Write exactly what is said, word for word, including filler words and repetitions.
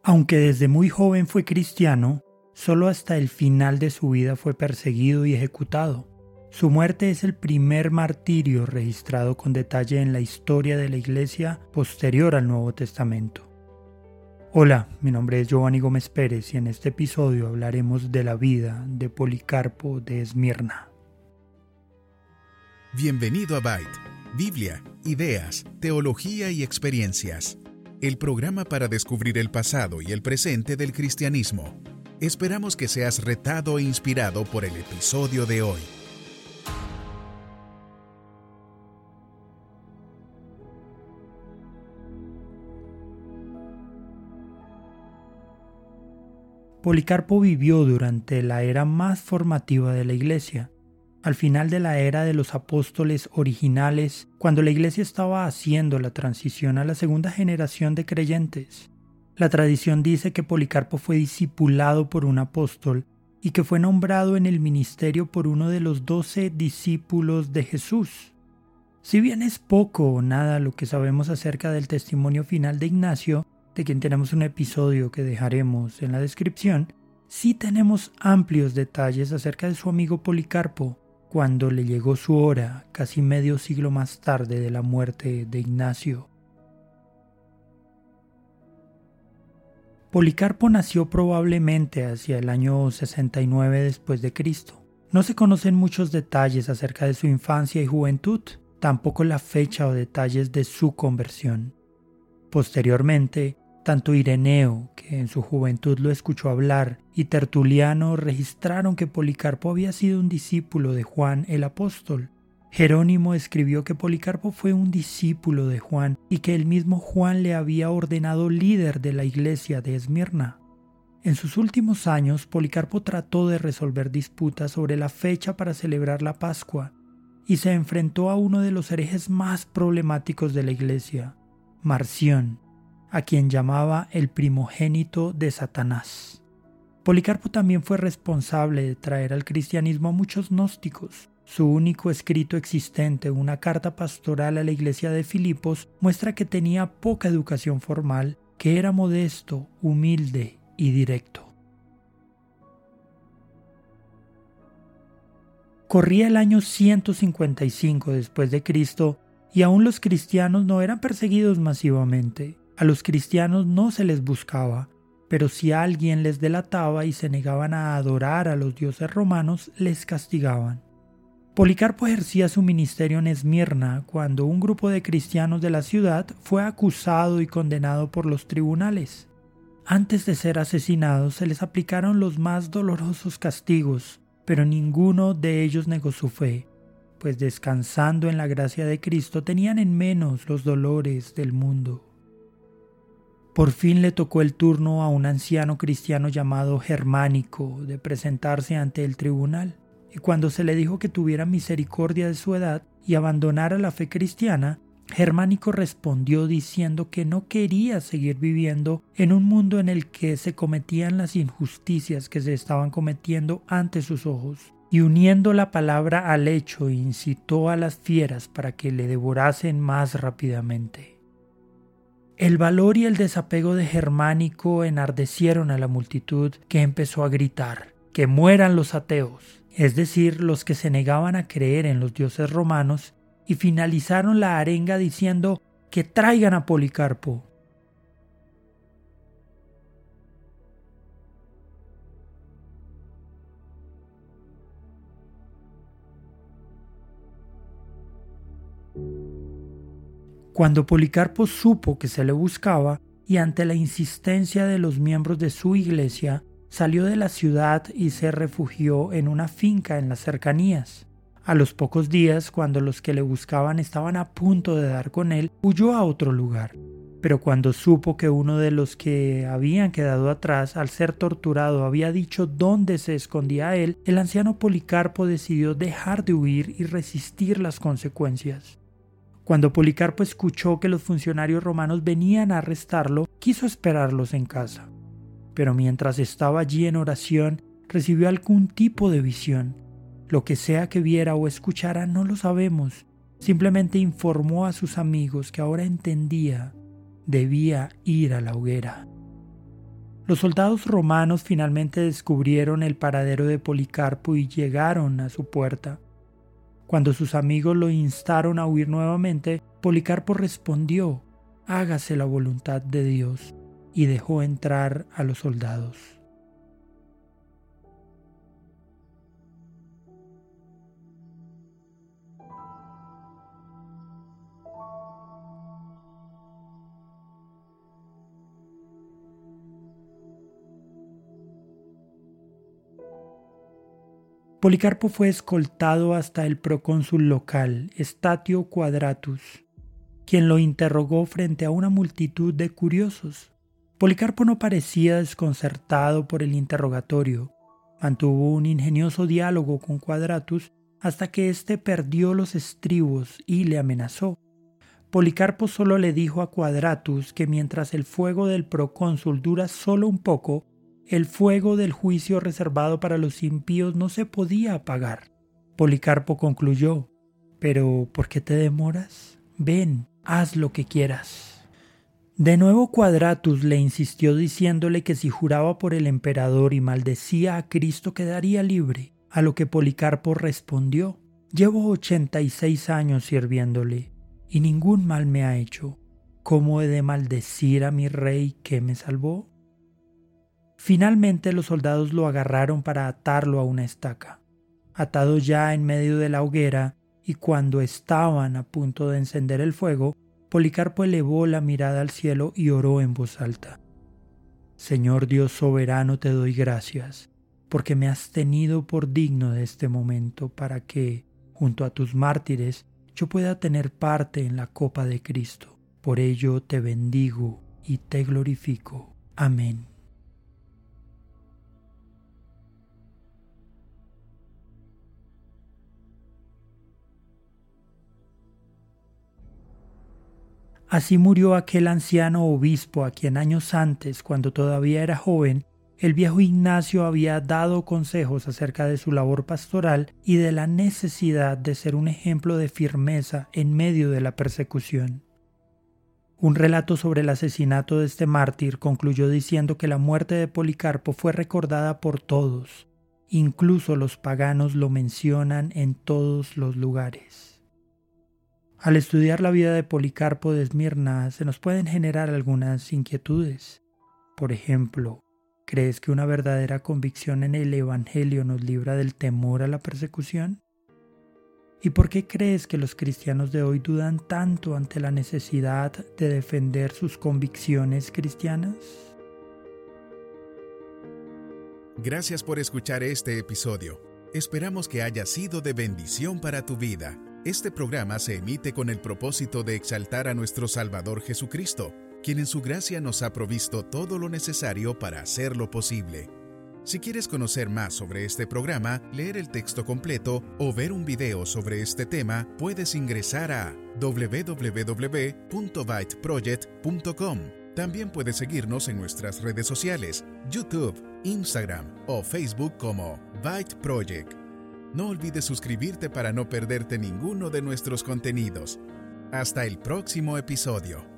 Aunque desde muy joven fue cristiano, solo hasta el final de su vida fue perseguido y ejecutado. Su muerte es el primer martirio registrado con detalle en la historia de la Iglesia posterior al Nuevo Testamento. Hola, mi nombre es Giovanni Gómez Pérez y en este episodio hablaremos de la vida de Policarpo de Esmirna. Bienvenido a Byte, Biblia, ideas, teología y experiencias. El programa para descubrir el pasado y el presente del cristianismo. Esperamos que seas retado e inspirado por el episodio de hoy. Policarpo vivió durante la era más formativa de la Iglesia, al final de la era de los apóstoles originales, cuando la Iglesia estaba haciendo la transición a la segunda generación de creyentes. La tradición dice que Policarpo fue discipulado por un apóstol y que fue nombrado en el ministerio por uno de los doce discípulos de Jesús. Si bien es poco o nada lo que sabemos acerca del testimonio final de Ignacio, de quien tenemos un episodio que dejaremos en la descripción, sí tenemos amplios detalles acerca de su amigo Policarpo, cuando le llegó su hora, casi medio siglo más tarde de la muerte de Ignacio. Policarpo nació probablemente hacia el año sesenta y nueve después de Cristo. No se conocen muchos detalles acerca de su infancia y juventud, tampoco la fecha o detalles de su conversión. Posteriormente, tanto Ireneo, que en su juventud lo escuchó hablar, y Tertuliano registraron que Policarpo había sido un discípulo de Juan el apóstol. Jerónimo escribió que Policarpo fue un discípulo de Juan y que el mismo Juan le había ordenado líder de la iglesia de Esmirna. En sus últimos años, Policarpo trató de resolver disputas sobre la fecha para celebrar la Pascua y se enfrentó a uno de los herejes más problemáticos de la iglesia, Marción, a quien llamaba el primogénito de Satanás. Policarpo también fue responsable de traer al cristianismo a muchos gnósticos. Su único escrito existente, una carta pastoral a la iglesia de Filipos, muestra que tenía poca educación formal, que era modesto, humilde y directo. Corría el año ciento cincuenta y cinco después de Cristo y aún los cristianos no eran perseguidos masivamente. A los cristianos no se les buscaba, pero si alguien les delataba y se negaban a adorar a los dioses romanos, les castigaban. Policarpo ejercía su ministerio en Esmirna cuando un grupo de cristianos de la ciudad fue acusado y condenado por los tribunales. Antes de ser asesinados se les aplicaron los más dolorosos castigos, pero ninguno de ellos negó su fe, pues descansando en la gracia de Cristo tenían en menos los dolores del mundo. Por fin le tocó el turno a un anciano cristiano llamado Germánico de presentarse ante el tribunal, y cuando se le dijo que tuviera misericordia de su edad y abandonara la fe cristiana, Germánico respondió diciendo que no quería seguir viviendo en un mundo en el que se cometían las injusticias que se estaban cometiendo ante sus ojos, y uniendo la palabra al hecho incitó a las fieras para que le devorasen más rápidamente. El valor y el desapego de Germánico enardecieron a la multitud, que empezó a gritar: ¡que mueran los ateos!, es decir, los que se negaban a creer en los dioses romanos, y finalizaron la arenga diciendo: ¡que traigan a Policarpo! Cuando Policarpo supo que se le buscaba y ante la insistencia de los miembros de su iglesia, salió de la ciudad y se refugió en una finca en las cercanías. A los pocos días, cuando los que le buscaban estaban a punto de dar con él, huyó a otro lugar. Pero cuando supo que uno de los que habían quedado atrás, al ser torturado, había dicho dónde se escondía él, el anciano Policarpo decidió dejar de huir y resistir las consecuencias. Cuando Policarpo escuchó que los funcionarios romanos venían a arrestarlo, quiso esperarlos en casa. Pero mientras estaba allí en oración, recibió algún tipo de visión. Lo que sea que viera o escuchara no lo sabemos. Simplemente informó a sus amigos que ahora entendía, debía ir a la hoguera. Los soldados romanos finalmente descubrieron el paradero de Policarpo y llegaron a su puerta. Cuando sus amigos lo instaron a huir nuevamente, Policarpo respondió: «Hágase la voluntad de Dios», y dejó entrar a los soldados. Policarpo fue escoltado hasta el procónsul local, Statio Quadratus, quien lo interrogó frente a una multitud de curiosos. Policarpo no parecía desconcertado por el interrogatorio. Mantuvo un ingenioso diálogo con Quadratus hasta que éste perdió los estribos y le amenazó. Policarpo solo le dijo a Quadratus que mientras el fuego del procónsul dura solo un poco, el fuego del juicio reservado para los impíos no se podía apagar. Policarpo concluyó: «¿Pero por qué te demoras? Ven, haz lo que quieras». De nuevo Quadratus le insistió diciéndole que si juraba por el emperador y maldecía a Cristo quedaría libre, a lo que Policarpo respondió: «Llevo ochenta y seis años sirviéndole, y ningún mal me ha hecho. ¿Cómo he de maldecir a mi rey que me salvó?». Finalmente los soldados lo agarraron para atarlo a una estaca. Atado ya en medio de la hoguera, y cuando estaban a punto de encender el fuego, Policarpo elevó la mirada al cielo y oró en voz alta: «Señor Dios soberano, te doy gracias, porque me has tenido por digno de este momento para que, junto a tus mártires, yo pueda tener parte en la copa de Cristo. Por ello te bendigo y te glorifico. Amén». Así murió aquel anciano obispo a quien años antes, cuando todavía era joven, el viejo Ignacio había dado consejos acerca de su labor pastoral y de la necesidad de ser un ejemplo de firmeza en medio de la persecución. Un relato sobre el asesinato de este mártir concluyó diciendo que la muerte de Policarpo fue recordada por todos, incluso los paganos lo mencionan en todos los lugares. Al estudiar la vida de Policarpo de Esmirna se nos pueden generar algunas inquietudes. Por ejemplo, ¿crees que una verdadera convicción en el Evangelio nos libra del temor a la persecución? ¿Y por qué crees que los cristianos de hoy dudan tanto ante la necesidad de defender sus convicciones cristianas? Gracias por escuchar este episodio. Esperamos que haya sido de bendición para tu vida. Este programa se emite con el propósito de exaltar a nuestro Salvador Jesucristo, quien en su gracia nos ha provisto todo lo necesario para hacerlo posible. Si quieres conocer más sobre este programa, leer el texto completo o ver un video sobre este tema, puedes ingresar a doble u doble u doble u punto byte project punto com. También puedes seguirnos en nuestras redes sociales, YouTube, Instagram o Facebook como Byte Project. No olvides suscribirte para no perderte ninguno de nuestros contenidos. Hasta el próximo episodio.